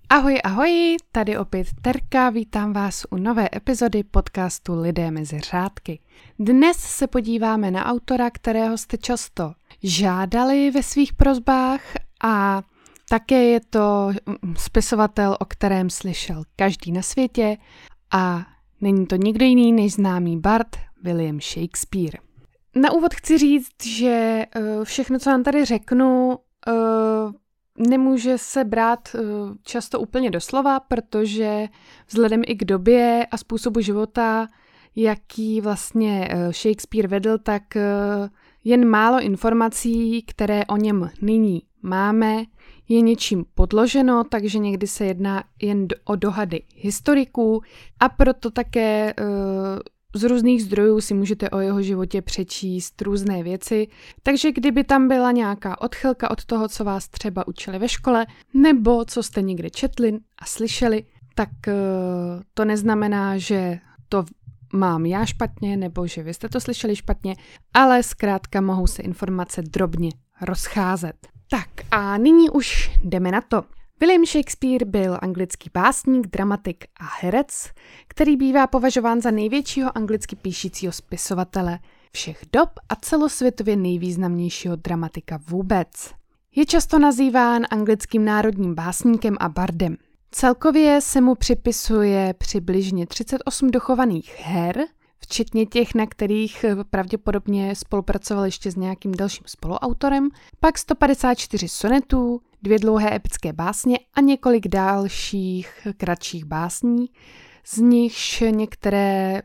Ahoj, ahoj, tady opět Terka, vítám vás u nové epizody podcastu Lidé mezi řádky. Dnes se podíváme na autora, kterého jste často žádali ve svých prosbách a také je to spisovatel, o kterém slyšel každý na světě a není to nikdo jiný než známý bard William Shakespeare. Na úvod chci říct, že všechno, co vám tady řeknu, nemůže se brát často úplně doslova, protože vzhledem i k době a způsobu života, jaký vlastně Shakespeare vedl, tak jen málo informací, které o něm nyní máme, je něčím podloženo, takže někdy se jedná jen o dohady historiků a proto také z různých zdrojů si můžete o jeho životě přečíst různé věci, takže kdyby tam byla nějaká odchylka od toho, co vás třeba učili ve škole, nebo co jste někde četli a slyšeli, tak to neznamená, že to mám já špatně, nebo že vy jste to slyšeli špatně, ale zkrátka mohou se informace drobně rozcházet. Tak a nyní už jdeme na to. William Shakespeare byl anglický básník, dramatik a herec, který bývá považován za největšího anglicky píšícího spisovatele všech dob a celosvětově nejvýznamnějšího dramatika vůbec. Je často nazýván anglickým národním básníkem a bardem. Celkově se mu připisuje přibližně 38 dochovaných her, včetně těch, na kterých pravděpodobně spolupracoval ještě s nějakým dalším spoluautorem, pak 154 sonetů, 2 dlouhé epické básně a několik dalších kratších básní, z nichž některé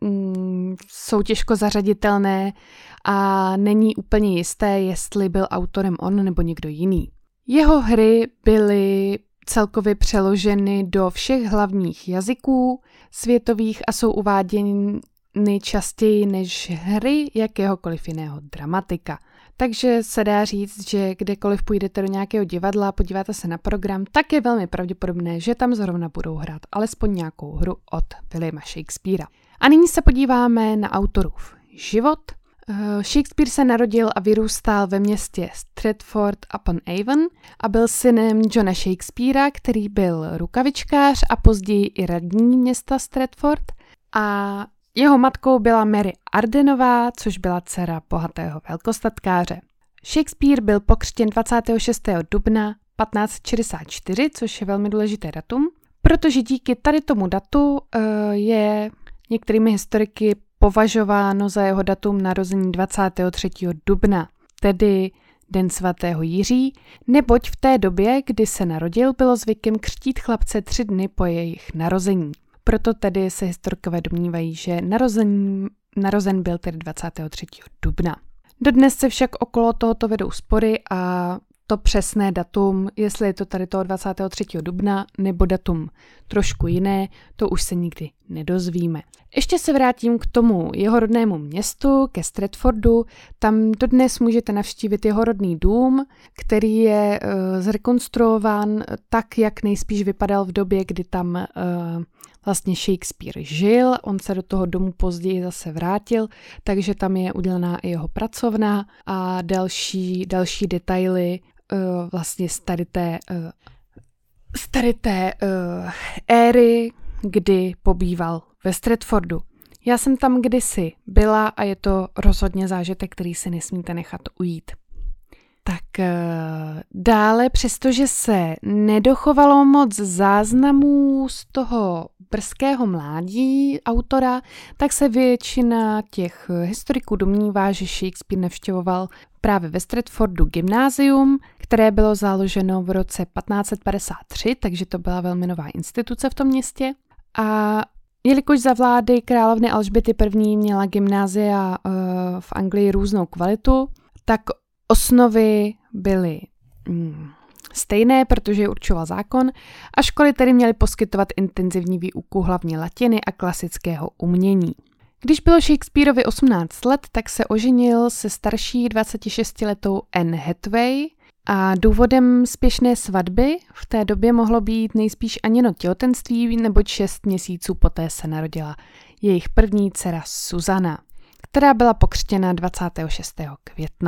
jsou těžko zařaditelné a není úplně jisté, jestli byl autorem on nebo někdo jiný. Jeho hry byly celkově přeloženy do všech hlavních jazyků světových a jsou uváděny častěji než hry jakéhokoliv jiného dramatika. Takže se dá říct, že kdekoliv půjdete do nějakého divadla a podíváte se na program, tak je velmi pravděpodobné, že tam zrovna budou hrát alespoň nějakou hru od Williama Shakespearea. A nyní se podíváme na autorův život. Shakespeare se narodil a vyrůstal ve městě Stratford upon Avon a byl synem Johna Shakespearea, který byl rukavičkář a později i radní města Stratford, a jeho matkou byla Mary Ardenová, což byla dcera bohatého velkostatkáře. Shakespeare byl pokřtěn 26. dubna 1564, což je velmi důležité datum, protože díky tady tomu datu je některými historiky považováno za jeho datum narození 23. dubna, tedy Den svatého Jiří, neboť v té době, kdy se narodil, bylo zvykem křtít chlapce 3 dny po jejich narození. Proto tedy se historikové domnívají, že narozen byl tedy 23. dubna. Dodnes se však okolo tohoto vedou spory a to přesné datum, jestli je to tady toho 23. dubna nebo datum trošku jiné, to už se nikdy nedozvíme. Ještě se vrátím k tomu jeho rodnému městu, ke Stratfordu. Tam dodnes můžete navštívit jeho rodný dům, který je zrekonstruován tak, jak nejspíš vypadal v době, kdy tam vlastně Shakespeare žil. On se do toho domu později zase vrátil, takže tam je udělaná i jeho pracovna a další detaily vlastně z tady té éry, kdy pobýval ve Stratfordu. Já jsem tam kdysi byla a je to rozhodně zážitek, který si nesmíte nechat ujít. Tak dále, přestože se nedochovalo moc záznamů z toho brzkého mládí autora, tak se většina těch historiků domnívá, že Shakespeare navštěvoval právě ve Stratfordu gymnázium, které bylo založeno v roce 1553, takže to byla velmi nová instituce v tom městě. A jelikož za vlády královny Alžběty I. měla gymnázia v Anglii různou kvalitu, tak osnovy byly stejné, protože je určoval zákon, a školy tedy měly poskytovat intenzivní výuku hlavně latiny a klasického umění. Když bylo Shakespeareovi 18 let, tak se oženil se starší 26letou Anne Hathaway a důvodem spěšné svatby v té době mohlo být nejspíš Anněno těhotenství, neboť 6 měsíců poté se narodila jejich první dcera Susana, která byla pokřtěna 26. května.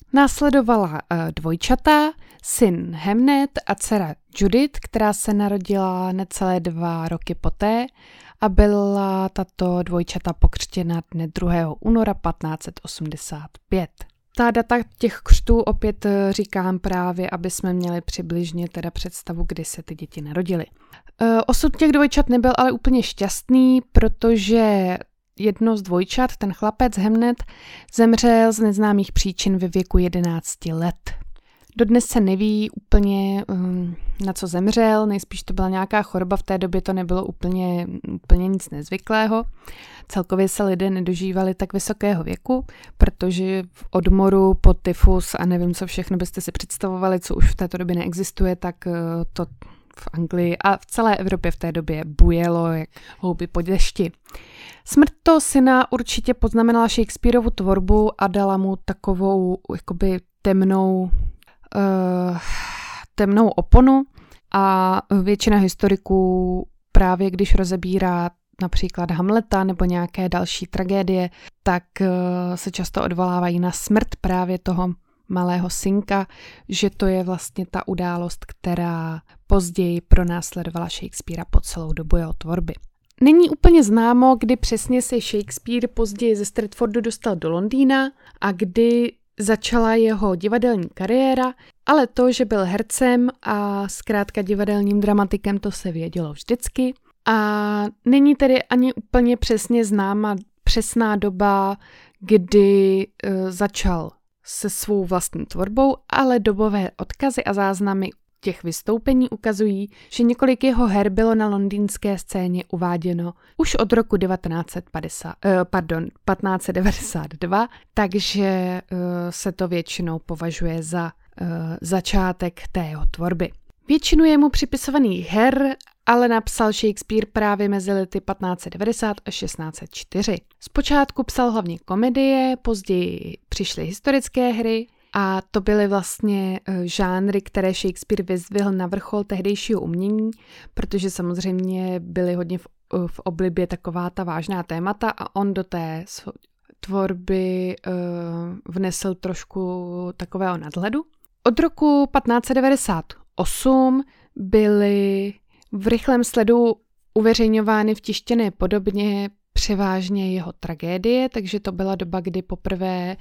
Následovala dvojčata, syn Hamnet a dcera Judith, která se narodila necelé 2 roky poté a byla tato dvojčata pokřtěna dne 2. února 1585. Ta data těch křtů opět říkám právě, aby jsme měli přibližně teda představu, kdy se ty děti narodily. Osud těch dvojčat nebyl ale úplně šťastný, protože jedno z dvojčat, ten chlapec Hamnet, zemřel z neznámých příčin ve věku 11 let. Dodnes se neví úplně, na co zemřel, nejspíš to byla nějaká choroba, v té době to nebylo úplně nic nezvyklého. Celkově se lidé nedožívali tak vysokého věku, protože v odmoru po tyfus a nevím, co všechno byste si představovali, co už v této době neexistuje, tak to v Anglii a v celé Evropě v té době bujelo jak houby po dešti. Smrt toho syna určitě poznamenala Shakespearovu tvorbu a dala mu takovou jakoby temnou oponu a většina historiků právě když rozebírá například Hamleta nebo nějaké další tragédie, tak se často odvolávají na smrt právě toho malého synka, že to je vlastně ta událost, která později pronásledovala Shakespearea po celou dobu jeho tvorby. Není úplně známo, kdy přesně se Shakespeare později ze Stratfordu dostal do Londýna a kdy začala jeho divadelní kariéra, ale to, že byl hercem a zkrátka divadelním dramatikem, to se vědělo vždycky. A není tedy ani úplně přesně známa přesná doba, kdy začal se svou vlastní tvorbou, ale dobové odkazy a záznamy těch vystoupení ukazují, že několik jeho her bylo na londýnské scéně uváděno už od roku 1592, takže se to většinou považuje za začátek té jeho tvorby. Většinu jemu připisovaných her ale napsal Shakespeare právě mezi lety 1590 a 1604. Zpočátku psal hlavně komedie, později přišly historické hry a to byly vlastně žánry, které Shakespeare vyzdvihl na vrchol tehdejšího umění, protože samozřejmě byly hodně v oblibě taková ta vážná témata a on do té tvorby vnesl trošku takového nadhledu. Od roku 1598 byly v rychlém sledu uveřejňovány v tištěné podobně převážně jeho tragédie, takže to byla doba, kdy poprvé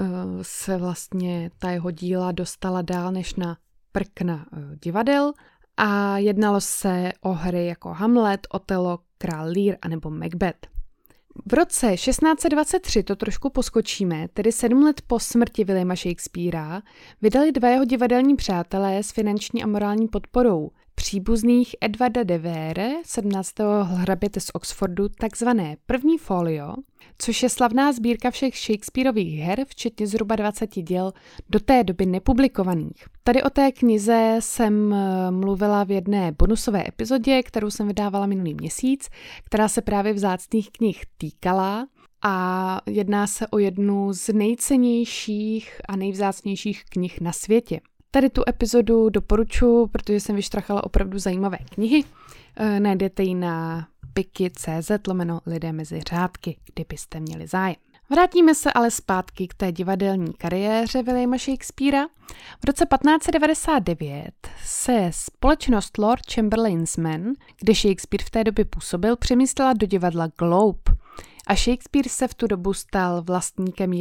se vlastně ta jeho díla dostala dál než na prkna divadel a jednalo se o hry jako Hamlet, Othello, Král Lear anebo Macbeth. V roce 1623, to trošku poskočíme, tedy 7 let po smrti Williama Shakespearea, vydali 2 jeho divadelní přátelé s finanční a morální podporou příbuzných Edwarda de Vere, 17. hraběte z Oxfordu, takzvané první folio, což je slavná sbírka všech Shakespearových her, včetně zhruba 20 děl do té doby nepublikovaných. Tady o té knize jsem mluvila v jedné bonusové epizodě, kterou jsem vydávala minulý měsíc, která se právě vzácných knih týkala a jedná se o jednu z nejcennějších a nejvzácnějších knih na světě. Tady tu epizodu doporučuji, protože jsem vyštrachala opravdu zajímavé knihy. Najdete ji na piky.cz/lidé mezi řádky, kdybyste měli zájem. Vrátíme se ale zpátky k té divadelní kariéře Williama Shakespearea. V roce 1599 se společnost Lord Chamberlain's Men, kde Shakespeare v té době působil, přemístila do divadla Globe. A Shakespeare se v tu dobu stal vlastníkem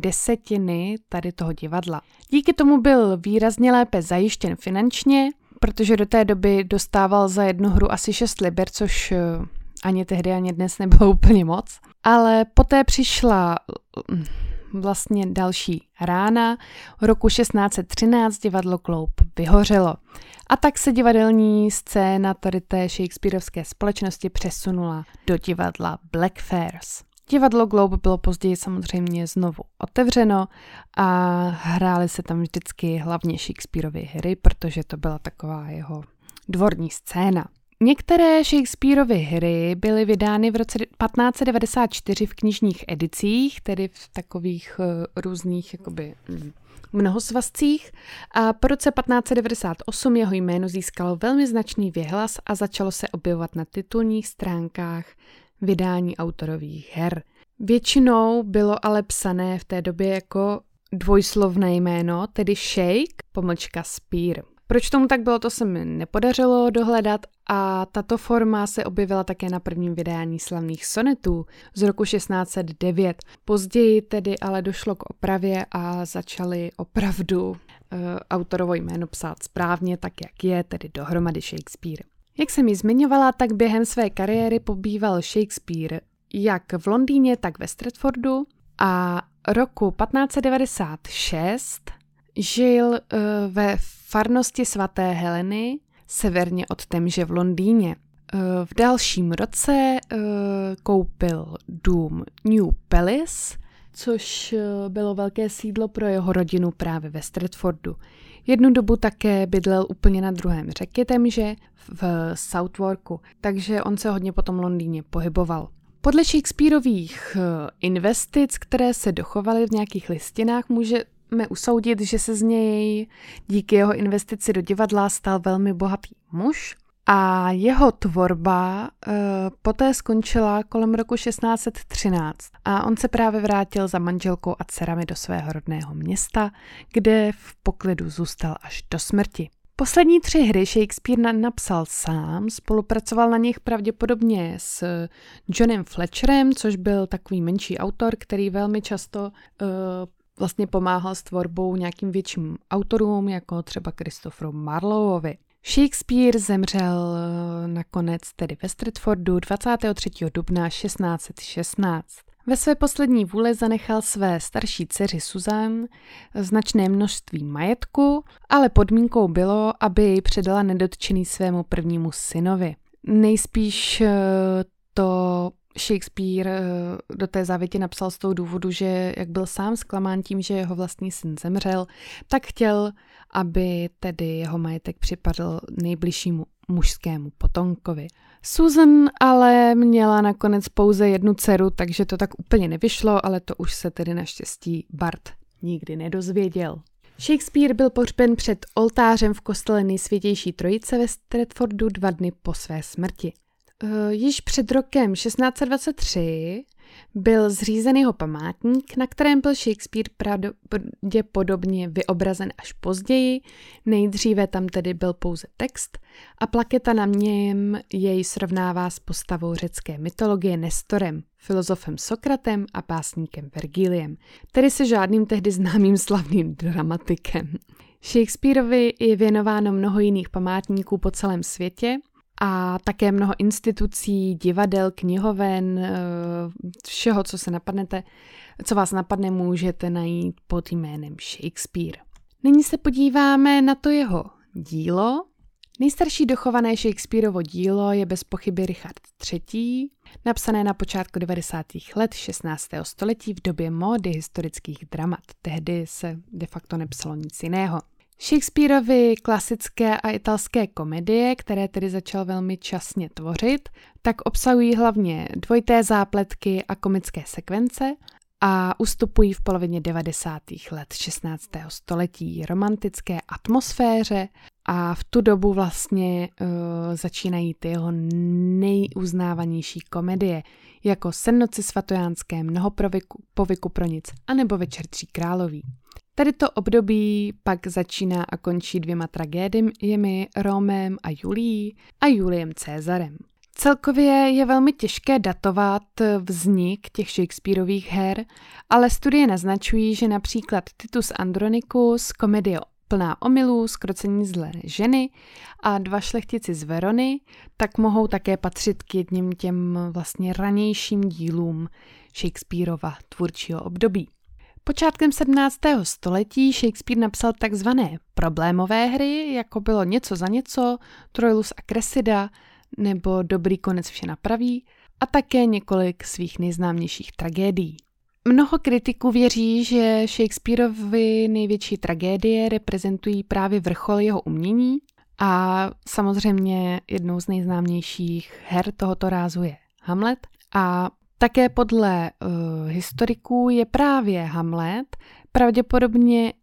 1/10 tady toho divadla. Díky tomu byl výrazně lépe zajištěn finančně, protože do té doby dostával za jednu hru asi 6 liber, což ani tehdy, ani dnes nebylo úplně moc. Ale poté přišla vlastně další rána. Roku 1613 divadlo Globe vyhořelo. A tak se divadelní scéna tady té shakespearovské společnosti přesunula do divadla Blackfriars. Divadlo Globe bylo později samozřejmě znovu otevřeno a hrály se tam vždycky hlavně Shakespearovy hry, protože to byla taková jeho dvorní scéna. Některé Shakespearovy hry byly vydány v roce 1594 v knižních edicích, tedy v takových různých jakoby mnohosvazcích a po roce 1598 jeho jméno získalo velmi značný věhlas a začalo se objevovat na titulních stránkách vydání autorových her. Většinou bylo ale psané v té době jako dvojslovné jméno, tedy Shake-Spear. Proč tomu tak bylo, to se mi nepodařilo dohledat a tato forma se objevila také na prvním vydání slavných sonetů z roku 1609. Později tedy ale došlo k opravě a začali opravdu autorovo jméno psát správně, tak jak je, tedy dohromady Shakespeare. Jak jsem ji zmiňovala, tak během své kariéry pobýval Shakespeare jak v Londýně, tak ve Stratfordu a roku 1596 žil ve farnosti svaté Heleny severně od Temže v Londýně. V dalším roce koupil dům New Palace, což bylo velké sídlo pro jeho rodinu právě ve Stratfordu. Jednu dobu také bydlel úplně na druhém řekě Temže v Southwarku, takže on se hodně po tom Londýně pohyboval. Podle Shakespeareových investic, které se dochovaly v nějakých listinách, můžeme usoudit, že se z něj díky jeho investici do divadla stal velmi bohatý muž a jeho tvorba poté skončila kolem roku 1613 a on se právě vrátil za manželkou a dcerami do svého rodného města, kde v poklidu zůstal až do smrti. Poslední 3 hry Shakespeare napsal sám, spolupracoval na nich pravděpodobně s Johnem Fletcherem, což byl takový menší autor, který velmi často vlastně pomáhal s tvorbou nějakým větším autorům, jako třeba Christopheru Marloweovi. Shakespeare zemřel nakonec tedy ve Stratfordu 23. dubna 1616. Ve své poslední vůli zanechal své starší dceři Susan značné množství majetku, ale podmínkou bylo, aby jej předala nedotčený svému prvnímu synovi. Nejspíš to Shakespeare do té závěti napsal z toho důvodu, že jak byl sám zklamán tím, že jeho vlastní syn zemřel, tak chtěl, aby tedy jeho majetek připadl nejbližšímu mužskému potomkovi. Susan ale měla nakonec pouze jednu dceru, takže to tak úplně nevyšlo, ale to už se tedy naštěstí Bart nikdy nedozvěděl. Shakespeare byl pohřben před oltářem v kostele Nejsvětější Trojice ve Stratfordu 2 dny po své smrti. Již před rokem 1623 byl zřízen jeho památník, na kterém byl Shakespeare pravděpodobně vyobrazen až později. Nejdříve tam tedy byl pouze text a plaketa na něm jej srovnává s postavou řecké mytologie Nestorem, filozofem Sokratem a básníkem Vergiliem, tedy se žádným tehdy známým slavným dramatikem. Shakespeareovi je věnováno mnoho jiných památníků po celém světě, a také mnoho institucí, divadel, knihoven, všeho, co vás napadne, můžete najít pod jménem Shakespeare. Nyní se podíváme na to jeho dílo. Nejstarší dochované Shakespeareovo dílo je bez pochyby Richard III., napsané na počátku 90. let 16. století v době módy historických dramat. Tehdy se de facto nepsalo nic jiného. Shakespeareovy klasické a italské komedie, které tedy začal velmi časně tvořit, tak obsahují hlavně dvojité zápletky a komické sekvence a ustupují v polovině 90. let 16. století romantické atmosféře a v tu dobu vlastně začínají ty jeho nejuznávanější komedie, jako Sen noci svatojánské, Mnoho povyku pro nic, anebo Večer 3 královí. Tady to období pak začíná a končí 2 tragédiemi, Romem a Julií a Juliem Cezarem. Celkově je velmi těžké datovat vznik těch Shakespeareových her, ale studie naznačují, že například Titus Andronicus, komedie plná omylů, Zkrocení zlé ženy a 2 šlechtici z Verony, tak mohou také patřit k jedním těm vlastně ranějším dílům Shakespeareova tvůrčího období. Počátkem 17. století Shakespeare napsal takzvané problémové hry, jako bylo Něco za něco, Troilus a Cressida nebo Dobrý konec vše napraví a také několik svých nejznámějších tragédií. Mnoho kritiků věří, že Shakespeareovy největší tragédie reprezentují právě vrchol jeho umění a samozřejmě jednou z nejznámějších her tohoto rázu je Hamlet a také podle historiků je právě Hamlet pravděpodobně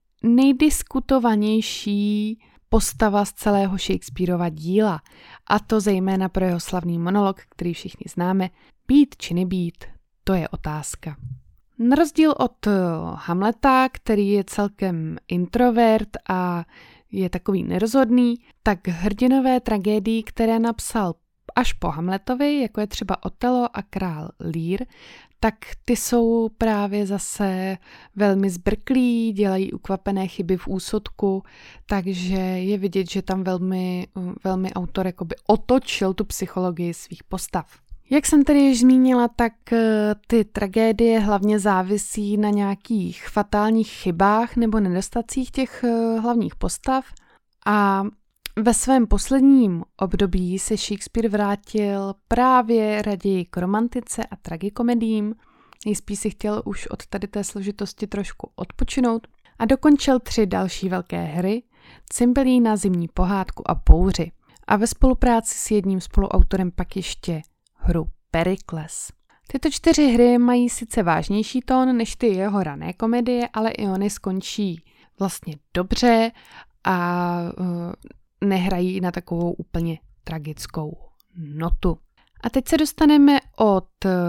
nejdiskutovanější postava z celého Shakespeareova díla, a to zejména pro jeho slavný monolog, který všichni známe, být či nebýt, to je otázka. Na rozdíl od Hamleta, který je celkem introvert a je takový nerozhodný, tak hrdinové tragédii, které napsal až po Hamletovi, jako je třeba Otelo a Král Lear, tak ty jsou právě zase velmi zbrklí, dělají ukvapené chyby v úsudku, takže je vidět, že tam velmi autor jakoby otočil tu psychologii svých postav. Jak jsem tedy již zmínila, tak ty tragédie hlavně závisí na nějakých fatálních chybách nebo nedostacích těch hlavních postav a ve svém posledním období se Shakespeare vrátil právě raději k romantice a tragikomedím. Nejspíš si chtěl už od tady té složitosti trošku odpočinout a dokončil 3 další velké hry, Cymbeline, Zimní pohádku a Bouři. A ve spolupráci s jedním spoluautorem pak ještě hru Perikles. Tyto 4 hry mají sice vážnější tón než ty jeho rané komedie, ale i ony skončí vlastně dobře a nehrají na takovou úplně tragickou notu. A teď se dostaneme od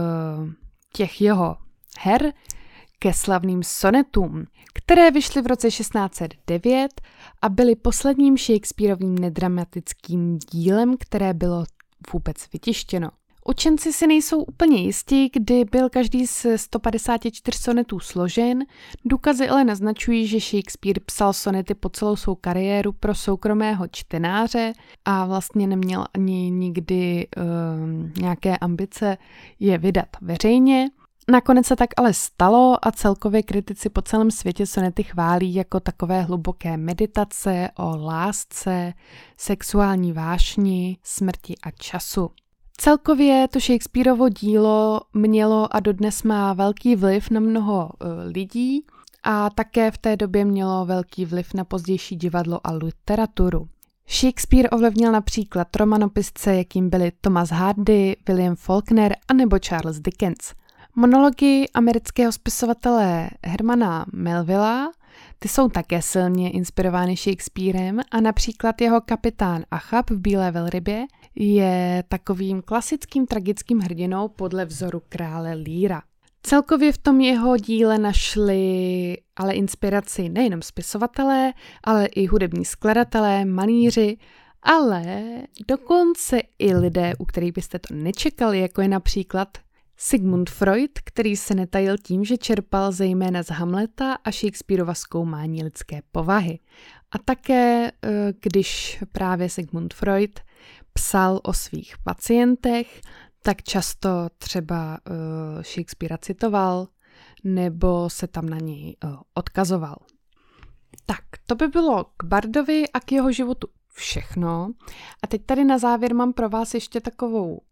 těch jeho her ke slavným sonetům, které vyšly v roce 1609 a byly posledním Shakespearovým nedramatickým dílem, které bylo vůbec vytištěno. Učenci si nejsou úplně jistí, kdy byl každý z 154 sonetů složen, důkazy ale naznačují, že Shakespeare psal sonety po celou svou kariéru pro soukromého čtenáře a vlastně neměl ani nikdy nějaké ambice je vydat veřejně. Nakonec se tak ale stalo a celkově kritici po celém světě sonety chválí jako takové hluboké meditace o lásce, sexuální vášni, smrti a času. Celkově to Shakespearovo dílo mělo a dodnes má velký vliv na mnoho lidí a také v té době mělo velký vliv na pozdější divadlo a literaturu. Shakespeare ovlivnil například romanopisce, jakým byli Thomas Hardy, William Faulkner a nebo Charles Dickens. Monology amerického spisovatele Hermana Melvilla, ty jsou také silně inspirovány Shakespearem a například jeho kapitán Achab v Bílé velrybě je takovým klasickým tragickým hrdinou podle vzoru krále Leara. Celkově v tom jeho díle našli ale inspiraci nejenom spisovatelé, ale i hudební skladatelé, malíři, ale dokonce i lidé, u kterých byste to nečekali, jako je například Sigmund Freud, který se netajil tím, že čerpal zejména z Hamleta a Shakespearova zkoumání lidské povahy. A také, když právě Sigmund Freud psal o svých pacientech, tak často třeba Shakespearea citoval nebo se tam na něj odkazoval. Tak, to by bylo k Bardovi a k jeho životu všechno. A teď tady na závěr mám pro vás ještě takovou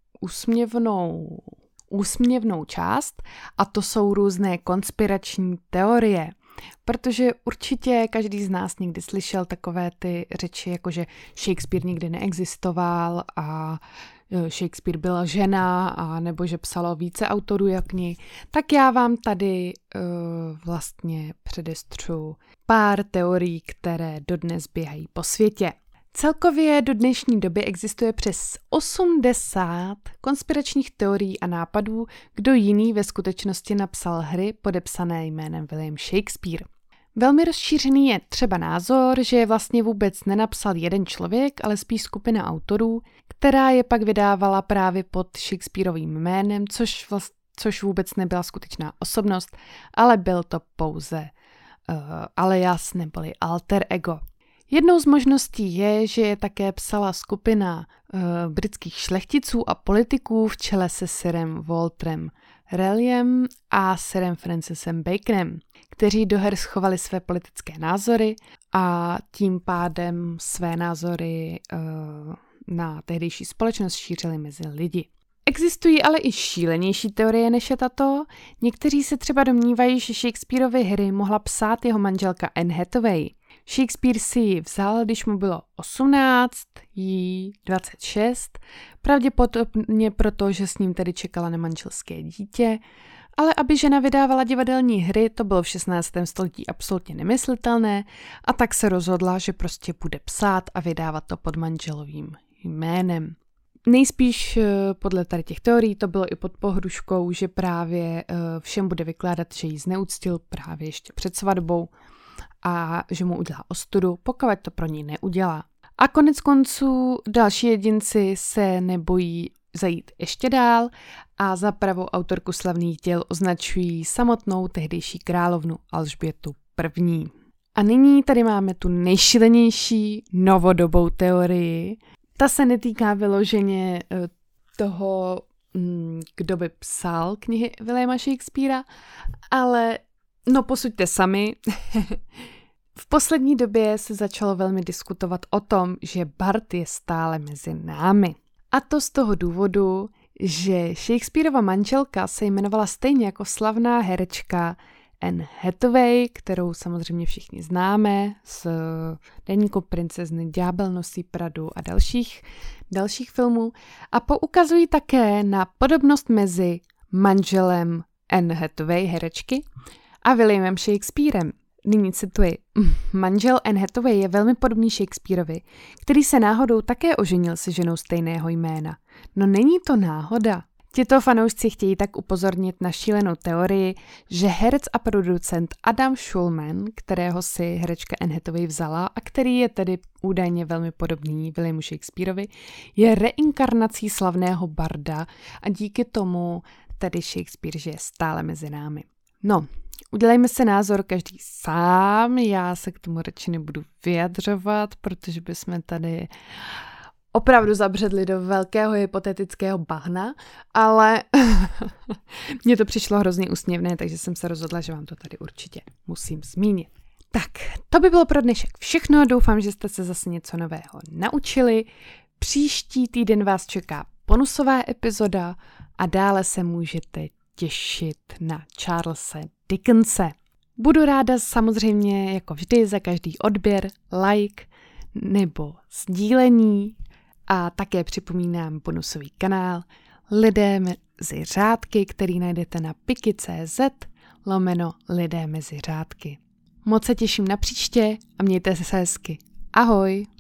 úsměvnou část a to jsou různé konspirační teorie. Protože určitě každý z nás někdy slyšel takové ty řeči, jako že Shakespeare nikdy neexistoval a Shakespeare byla žena a nebo že psalo více autorů jak knih. Tak já vám tady vlastně předestřu pár teorií, které dodnes běhají po světě. Celkově do dnešní doby existuje přes 80 konspiračních teorií a nápadů, kdo jiný ve skutečnosti napsal hry podepsané jménem William Shakespeare. Velmi rozšířený je třeba názor, že je vlastně vůbec nenapsal jeden člověk, ale spíš skupina autorů, která je pak vydávala právě pod Shakespearovým jménem, což vůbec nebyla skutečná osobnost, ale byl to pouze alias neboli alter ego. Jednou z možností je, že je také psala skupina britských šlechticů a politiků v čele se sirem Walterem Raleighem a sirem Francisem Baconem, kteří do her schovali své politické názory a tím pádem své názory na tehdejší společnost šířili mezi lidi. Existují ale i šílenější teorie než je tato. Někteří se třeba domnívají, že Shakespearovy hry mohla psát jeho manželka Anne Hathaway. Shakespeare si ji vzal, když mu bylo 18, jí 26, pravděpodobně proto, že s ním tedy čekala nemanželské dítě, ale aby žena vydávala divadelní hry, to bylo v 16. století absolutně nemyslitelné a tak se rozhodla, že prostě bude psát a vydávat to pod manželovým jménem. Nejspíš podle tady těch teorií to bylo i pod pohruškou, že právě všem bude vykládat, že ji zneuctil právě ještě před svatbou a že mu udělá ostudu, pokud to pro ní neudělá. A konec konců další jedinci se nebojí zajít ještě dál a za pravou autorku slavných děl označují samotnou tehdejší královnu Alžbětu I. A nyní tady máme tu nejšílenější novodobou teorii. Ta se netýká vyloženě toho, kdo by psal knihy Williama Shakespearea, ale posuďte sami. V poslední době se začalo velmi diskutovat o tom, že Bart je stále mezi námi. A to z toho důvodu, že Shakespearova manželka se jmenovala stejně jako slavná herečka Anne Hathaway, kterou samozřejmě všichni známe z Deníku princezny, Ďábel nosí Pradu a dalších filmů. A poukazují také na podobnost mezi manželem Anne Hathaway, herečky, a Williamem Shakespearem. Nyní cituji. Manžel Anne Hathaway je velmi podobný Shakespearovi, který se náhodou také oženil se ženou stejného jména. No není to náhoda. Tito fanoušci chtějí tak upozornit na šílenou teorii, že herec a producent Adam Schulman, kterého si herečka Anne Hathaway vzala a který je tedy údajně velmi podobný Williamu Shakespearovi, je reinkarnací slavného barda a díky tomu tedy Shakespeare žije stále mezi námi. No, udělejme si názor každý sám, já se k tomu radši nebudu vyjadřovat, protože bychom tady opravdu zabředli do velkého hypotetického bahna, ale mně to přišlo hrozně úsměvné, takže jsem se rozhodla, že vám to tady určitě musím zmínit. Tak, to by bylo pro dnešek všechno, doufám, že jste se zase něco nového naučili. Příští týden vás čeká bonusová epizoda a dále se můžete těšit na Charlese Dickense. Budu ráda samozřejmě jako vždy za každý odběr, like nebo sdílení a také připomínám bonusový kanál Lidé mezi řádky, který najdete na piki.cz/Lidé mezi řádky. Moc se těším na příště a mějte se hezky. Ahoj!